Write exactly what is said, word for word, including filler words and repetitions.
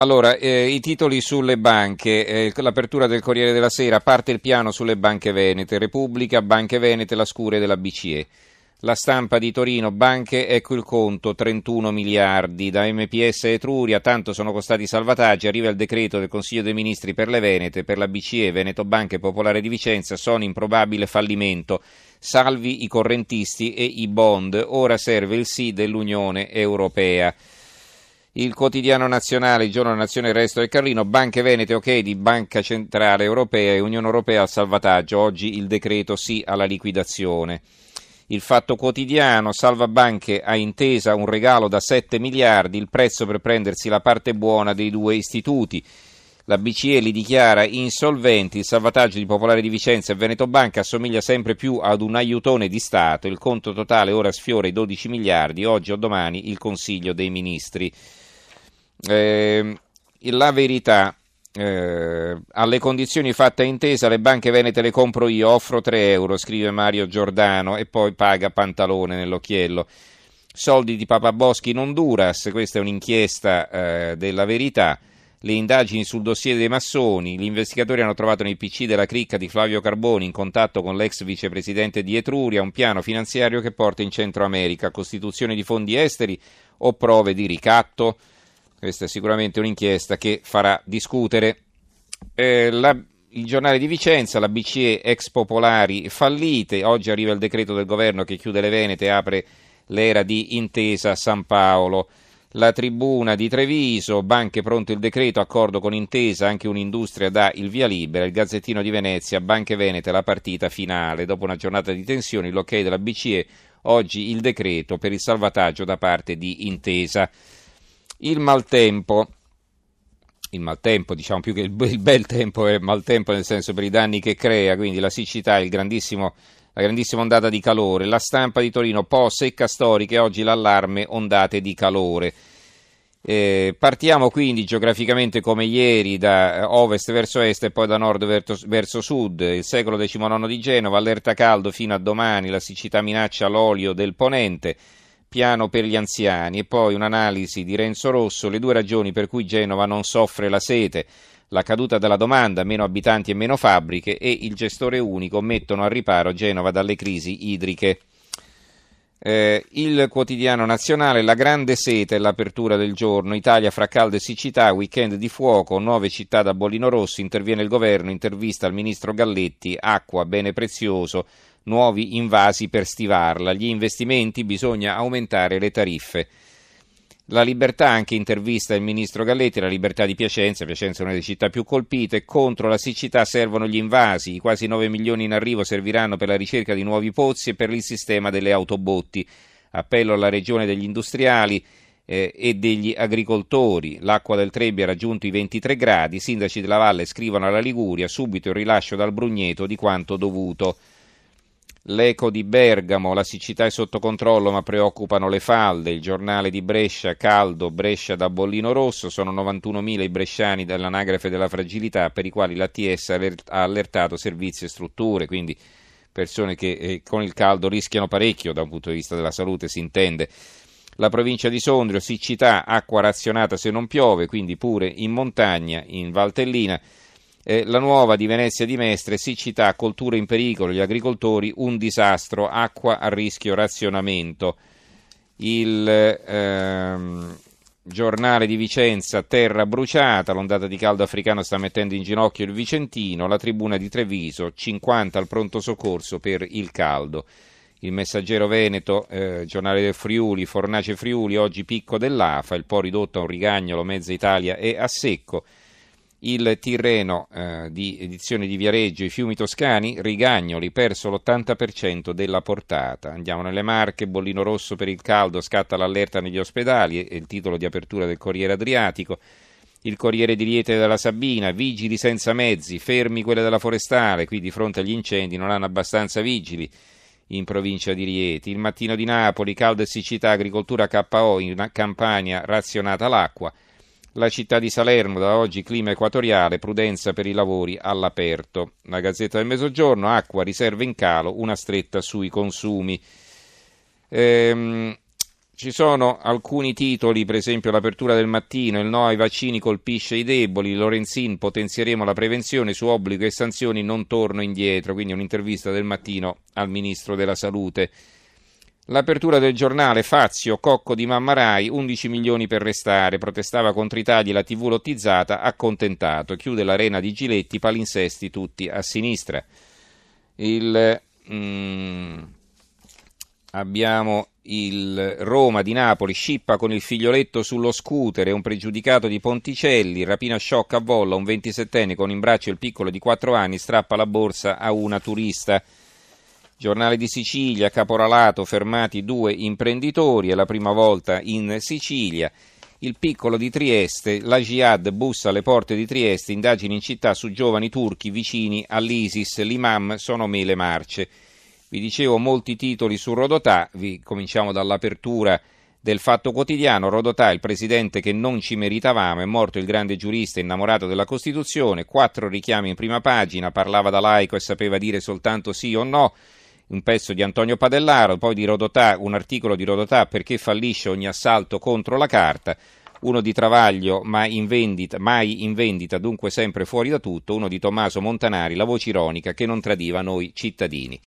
Allora, eh, i titoli sulle banche, eh, l'apertura del Corriere della Sera, parte il piano sulle banche venete, Repubblica, banche venete, la scure della B C E. La Stampa di Torino, banche, ecco il conto, trentuno miliardi, da M P S a Etruria, tanto sono costati i salvataggi, arriva il decreto del Consiglio dei Ministri per le venete, per la B C E, Veneto Banca e Popolare di Vicenza, sono in probabile fallimento, salvi i correntisti e i bond, ora serve il sì dell'Unione Europea. Il Quotidiano Nazionale, il Giorno della Nazione, il Resto del Carlino, banche venete ok di Banca Centrale Europea e Unione Europea al salvataggio, oggi il decreto sì alla liquidazione. Il Fatto Quotidiano, salva banche a intesa un regalo da sette miliardi, il prezzo per prendersi la parte buona dei due istituti. La B C E li dichiara insolventi, il salvataggio di Popolare di Vicenza e Veneto Banca assomiglia sempre più ad un aiutone di Stato, il conto totale ora sfiora i dodici miliardi, oggi o domani il Consiglio dei Ministri. Eh, la Verità, eh, alle condizioni fatte a intesa le banche venete le compro io, offro tre euro, scrive Mario Giordano e poi paga pantalone nell'occhiello. Soldi di Papa Boschi in Honduras, questa è un'inchiesta eh, della Verità. Le indagini sul dossier dei massoni, gli investigatori hanno trovato nei P C della cricca di Flavio Carboni in contatto con l'ex vicepresidente di Etruria un piano finanziario che porta in Centro America, costituzione di fondi esteri o prove di ricatto. Questa è sicuramente un'inchiesta che farà discutere. Eh, la, il giornale di Vicenza, la B C E, ex popolari fallite, oggi arriva il decreto del governo che chiude le venete e apre l'era di Intesa San Paolo. La Tribuna di Treviso, banche pronto il decreto, accordo con Intesa, anche un'industria dà il via libera. Il Gazzettino di Venezia, banche venete, la partita finale. Dopo una giornata di tensioni, l'ok della B C E, oggi il decreto per il salvataggio da parte di Intesa. Il maltempo, il maltempo diciamo più che il, il bel tempo è maltempo nel senso per i danni che crea, quindi la siccità, il grandissimo, la grandissima ondata di calore. La Stampa di Torino, po' secca storica e oggi l'allarme ondate di calore. Eh, partiamo quindi geograficamente come ieri da ovest verso est e poi da nord verso, verso sud. Il secolo diciannove di Genova, allerta caldo fino a domani, la siccità minaccia l'olio del ponente. Piano per gli anziani e poi un'analisi di Renzo Rosso, le due ragioni per cui Genova non soffre la sete, la caduta della domanda, meno abitanti e meno fabbriche e il gestore unico mettono a riparo Genova dalle crisi idriche. Eh, il Quotidiano Nazionale, la grande sete è l'apertura del giorno, Italia fra caldo e siccità, weekend di fuoco, nuove città da bollino rosso, interviene il governo, intervista al ministro Galletti, acqua, bene prezioso, nuovi invasi per stivarla, gli investimenti bisogna aumentare le tariffe. La Libertà anche intervista il ministro Galletti, la Libertà di Piacenza, Piacenza è una delle città più colpite, contro la siccità servono gli invasi, i quasi nove milioni in arrivo serviranno per la ricerca di nuovi pozzi e per il sistema delle autobotti. Appello alla regione degli industriali eh, e degli agricoltori, l'acqua del Trebbia ha raggiunto i ventitré gradi, i sindaci della Valle scrivono alla Liguria, subito il rilascio dal Brugneto di quanto dovuto. L'Eco di Bergamo, la siccità è sotto controllo ma preoccupano le falde, il giornale di Brescia, caldo, Brescia da bollino rosso, sono novantunomila i bresciani dall'anagrafe della fragilità per i quali l'A T S ha allertato servizi e strutture, quindi persone che eh, con il caldo rischiano parecchio da un punto di vista della salute, si intende. La provincia di Sondrio, siccità, acqua razionata se non piove, quindi pure in montagna, in Valtellina. Eh, la Nuova di Venezia di Mestre, siccità, colture in pericolo, gli agricoltori, un disastro, acqua a rischio razionamento. Il ehm, giornale di Vicenza, terra bruciata, l'ondata di caldo africano sta mettendo in ginocchio il Vicentino, la Tribuna di Treviso, cinquanta al pronto soccorso per il caldo. Il Messaggero Veneto, eh, giornale del Friuli, Fornace Friuli, oggi picco dell'A F A, il po' ridotto a un rigagnolo, mezza Italia è a secco. Il Tirreno eh, di edizione di Viareggio, i fiumi toscani, rigagnoli, perso l'ottanta per cento della portata. Andiamo nelle Marche, bollino rosso per il caldo, scatta l'allerta negli ospedali, è il titolo di apertura del Corriere Adriatico. Il Corriere di Riete della Sabina, vigili senza mezzi, fermi quelle della Forestale, qui di fronte agli incendi non hanno abbastanza vigili in provincia di Rieti. Il Mattino di Napoli, caldo e siccità, agricoltura K O, in Campania razionata l'acqua. La città di Salerno, da oggi clima equatoriale, prudenza per i lavori all'aperto. La Gazzetta del Mezzogiorno, acqua, riserve in calo, una stretta sui consumi. Ehm, Ci sono alcuni titoli, per esempio l'apertura del Mattino, il no ai vaccini colpisce i deboli, Lorenzin potenzieremo la prevenzione su obbligo e sanzioni, non torno indietro, quindi un'intervista del Mattino al Ministro della Salute. L'apertura del giornale, Fazio, cocco di Mamma Rai, undici milioni per restare, protestava contro i tagli, la tivù lottizzata, accontentato, chiude l'arena di Giletti, palinsesti tutti a sinistra. Il... Mm, abbiamo il Roma di Napoli, scippa con il figlioletto sullo scooter e un pregiudicato di Ponticelli, rapina shock a Volla, un ventisettenne con in braccio il piccolo di quattro anni strappa la borsa a una turista. Giornale di Sicilia, caporalato, fermati due imprenditori, è la prima volta in Sicilia. Il piccolo di Trieste, la Jihad bussa alle porte di Trieste, indagini in città su giovani turchi vicini all'ISIS, l'imam sono mele marce. Vi dicevo molti titoli su Rodotà, vi cominciamo dall'apertura del Fatto Quotidiano. Rodotà, il presidente che non ci meritavamo, è morto il grande giurista innamorato della Costituzione, quattro richiami in prima pagina, parlava da laico e sapeva dire soltanto sì o no. Un pezzo di Antonio Padellaro, poi di Rodotà, un articolo di Rodotà, perché fallisce ogni assalto contro la carta, uno di Travaglio, mai in vendita, mai in vendita, dunque sempre fuori da tutto, uno di Tommaso Montanari, la voce ironica che non tradiva noi cittadini.